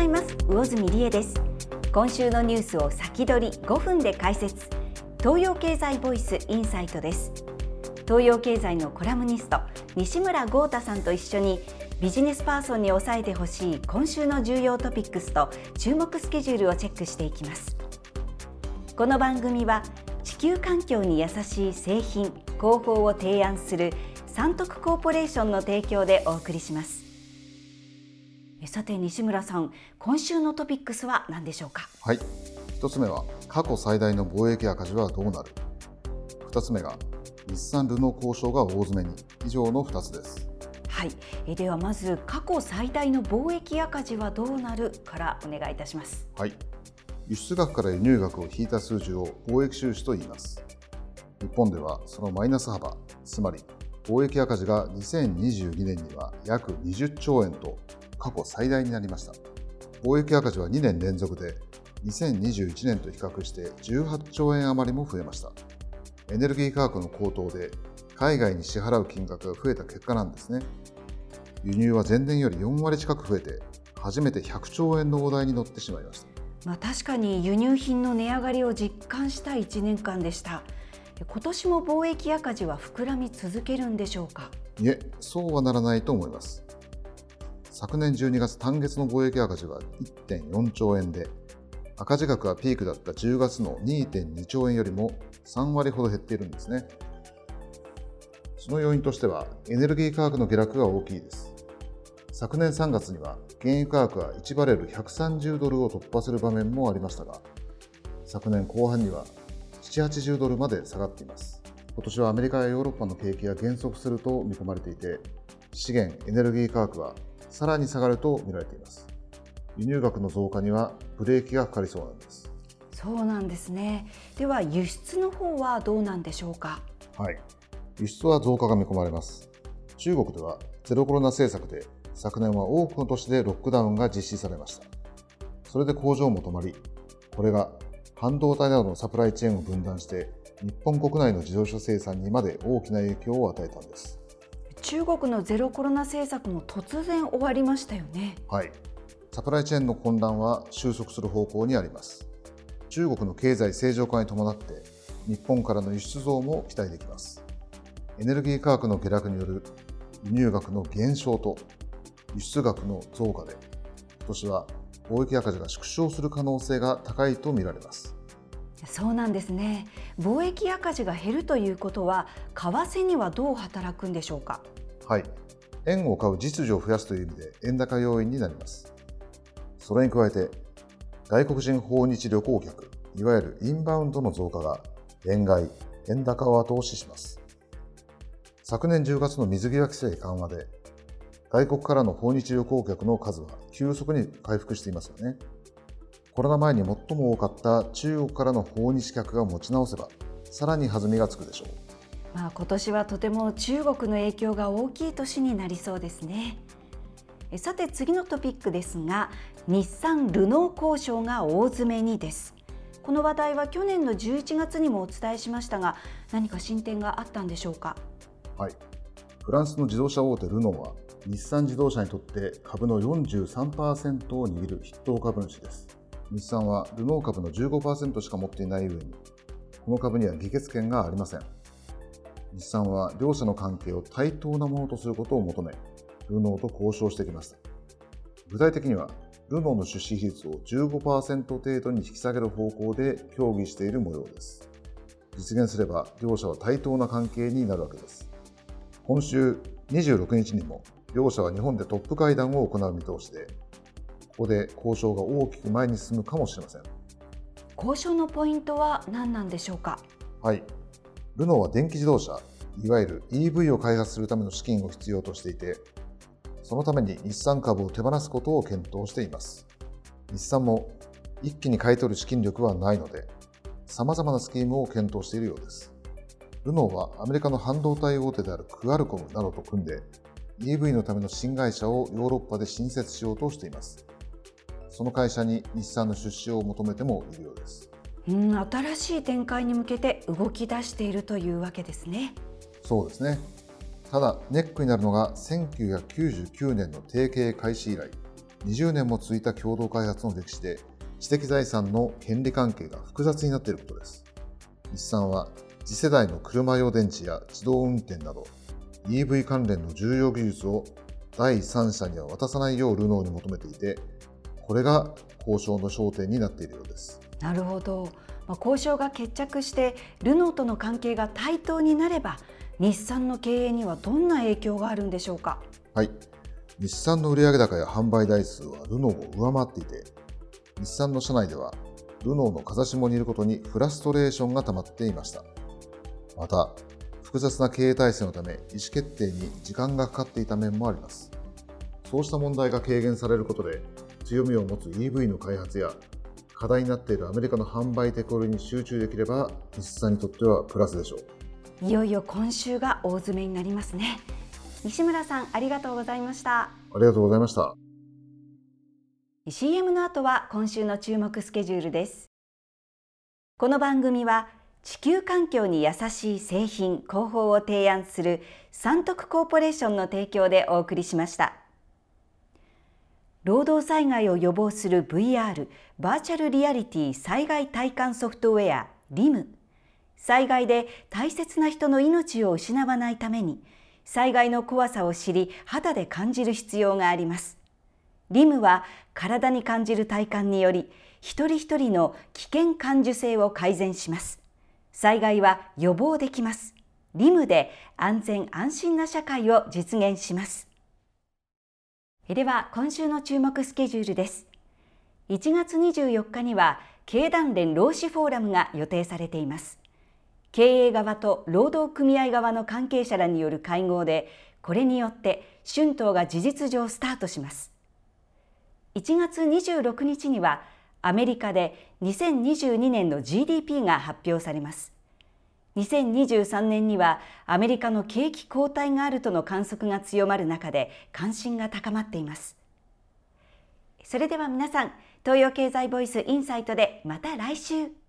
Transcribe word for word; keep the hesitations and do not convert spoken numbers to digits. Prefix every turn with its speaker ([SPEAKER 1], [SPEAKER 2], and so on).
[SPEAKER 1] ざいます。魚住理恵です。今週のニュースを先取りごふんで解説。東洋経済ボイスインサイトです。東洋経済のコラムニスト西村豪太さんと一緒にビジネスパーソンに押さえてほしい今週の重要トピックスと注目スケジュールをチェックしていきます。この番組は地球環境に優しい製品・広報を提案する三徳コーポレーションの提供でお送りします。さて西村さん、今週のトピックスは何でしょうか。
[SPEAKER 2] はい、一つ目は過去最大の貿易赤字はどうなる。二つ目が日産ルノー交渉が大詰めに。以上の二つです。
[SPEAKER 1] はい、えではまず過去最大の貿易赤字はどうなるからお願いいたします。
[SPEAKER 2] はい、輸出額から輸入額を引いた数字を貿易収支と言います。日本ではそのマイナス幅、つまり貿易赤字がにせんにじゅうにねんには約にじゅっちょうえんと過去最大になりました。貿易赤字はにねん連続でにせんにじゅういちねんと比較してじゅうはちちょうえん余りも増えました。エネルギー価格の高騰で海外に支払う金額が増えた結果なんですね。輸入は前年よりよんわり近く増えて初めてひゃくちょうえんの大台に乗ってしまいました。
[SPEAKER 1] まあ、確かに輸入品の値上がりを実感したいちねんかんでした。今年も貿易赤字は膨らみ続けるんでしょうか。
[SPEAKER 2] いえ、そうはならないと思います。昨年じゅうにがつ単月の貿易赤字は いってんよんちょうえんで、赤字額がピークだったじゅうがつの にてんにちょうえんよりもさんわりほど減っているんですね。その要因としてはエネルギー価格の下落が大きいです。昨年さんがつには原油価格がいちバレルひゃくさんじゅうドルを突破する場面もありましたが、昨年後半にはななじゅうはちじゅうドルまで下がっています。今年はアメリカやヨーロッパの景気が減速すると見込まれていて、資源・エネルギー価格はさらに下がると見られています。輸入額の増加にはブレーキがかかりそうなんです。
[SPEAKER 1] そうなんですね。では輸出の方はどうなんでしょうか。
[SPEAKER 2] はい、輸出は増加が見込まれます。中国ではゼロコロナ政策で昨年は多くの都市でロックダウンが実施されました。それで工場も止まり、これが半導体などのサプライチェーンを分断して日本国内の自動車生産にまで大きな影響を与えたんです。
[SPEAKER 1] 中国のゼロコロナ政策も突然終わりましたよね。
[SPEAKER 2] はい、サプライチェーンの混乱は収束する方向にあります。中国の経済正常化に伴って日本からの輸出増も期待できます。エネルギー価格の下落による輸入額の減少と輸出額の増加で今年は貿易赤字が縮小する可能性が高いと見られます。
[SPEAKER 1] そうなんですね。貿易赤字が減るということは為替にはどう働くんでしょうか。
[SPEAKER 2] はい、円を買う実需を増やすという意味で円高要因になります。それに加えて外国人訪日旅行客、いわゆるインバウンドの増加が円買い、円高を後押しします。昨年じゅうがつの水際規制緩和で外国からの訪日旅行客の数は急速に回復していますよね。コロナ前に最も多かった中国からの訪日客が持ち直せばさらに弾みがつくでしょう。
[SPEAKER 1] まあ、今年はとても中国の影響が大きい年になりそうですね。さて次のトピックですが、日産ルノー交渉が大詰めにです。この話題は去年のじゅういちがつにもお伝えしましたが、何か進展があったんでしょうか。
[SPEAKER 2] はい、フランスの自動車大手ルノーは日産自動車にとって株の よんじゅうさんパーセント を握る筆頭株主です。日産はルノー株の じゅうごパーセント しか持っていない上に、この株には議決権がありません。日産は両社の関係を対等なものとすることを求め、ルノーと交渉してきました。具体的には、ルノーの出資比率を じゅうごパーセント 程度に引き下げる方向で協議している模様です。実現すれば、両社は対等な関係になるわけです。今週にじゅうろくにちにも、両社は日本でトップ会談を行う見通しで、ここで交渉が大きく前に進むかもしれません。
[SPEAKER 1] 交渉のポイントは何なんでしょうか。
[SPEAKER 2] はい、ルノーは電気自動車、いわゆる イーブイ を開発するための資金を必要としていて、そのために日産株を手放すことを検討しています。日産も一気に買い取る資金力はないので、様々なスキームを検討しているようです。ルノーはアメリカの半導体大手であるクアルコムなどと組んで、イーブイ のための新会社をヨーロッパで新設しようとしています。その会社に日産の出資を求めてもいるようです。
[SPEAKER 1] うん、新しい展開に向けて動き出しているというわけですね。
[SPEAKER 2] そうですね。ただネックになるのがせんきゅうひゃくきゅうじゅうきゅうねんの提携開始以来にじゅうねんも続いた共同開発の歴史で、知的財産の権利関係が複雑になっていることです。日産は次世代の車用電池や自動運転など イーブイ 関連の重要技術を第三者には渡さないようルノーに求めていて、これが交渉の焦点になっているようです。
[SPEAKER 1] なるほど、まあ、交渉が決着してルノーとの関係が対等になれば、日産の経営にはどんな影響があるんでしょうか。
[SPEAKER 2] はい、日産の売上高や販売台数はルノーを上回っていて、日産の社内ではルノーの風下にいることにフラストレーションが溜まっていました。また、複雑な経営体制のため意思決定に時間がかかっていた面もあります。そうした問題が軽減されることで、強みを持つ イーブイ の開発や課題になっているアメリカの販売テクノロジーに集中できれば、日産にとってはプラスでしょう。
[SPEAKER 1] いよいよ今週が大詰めになりますね。西村さん、ありがとうございました。
[SPEAKER 2] ありがとうございました。
[SPEAKER 1] シーエム の後は今週の注目スケジュールです。この番組は地球環境に優しい製品・工法を提案する三徳コーポレーションの提供でお送りしました。労働災害を予防する ブイアール バーチャルリアリティ災害体感ソフトウェア リム。 災害で大切な人の命を失わないために、災害の怖さを知り肌で感じる必要があります。リムは体に感じる体感により、一人一人の危険感受性を改善します。災害は予防できます。リムで安全安心な社会を実現します。では今週の注目スケジュールです。いちがつにじゅうよっかには経団連労使フォーラムが予定されています。経営側と労働組合側の関係者らによる会合で、これによって春闘が事実上スタートします。いちがつにじゅうろくにちにはアメリカでにせんにじゅうにねんの ジーディーピー が発表されます。にせんにじゅうさんねんにはアメリカの景気後退があるとの観測が強まる中で関心が高まっています。それでは皆さん、東洋経済ボイスインサイトでまた来週。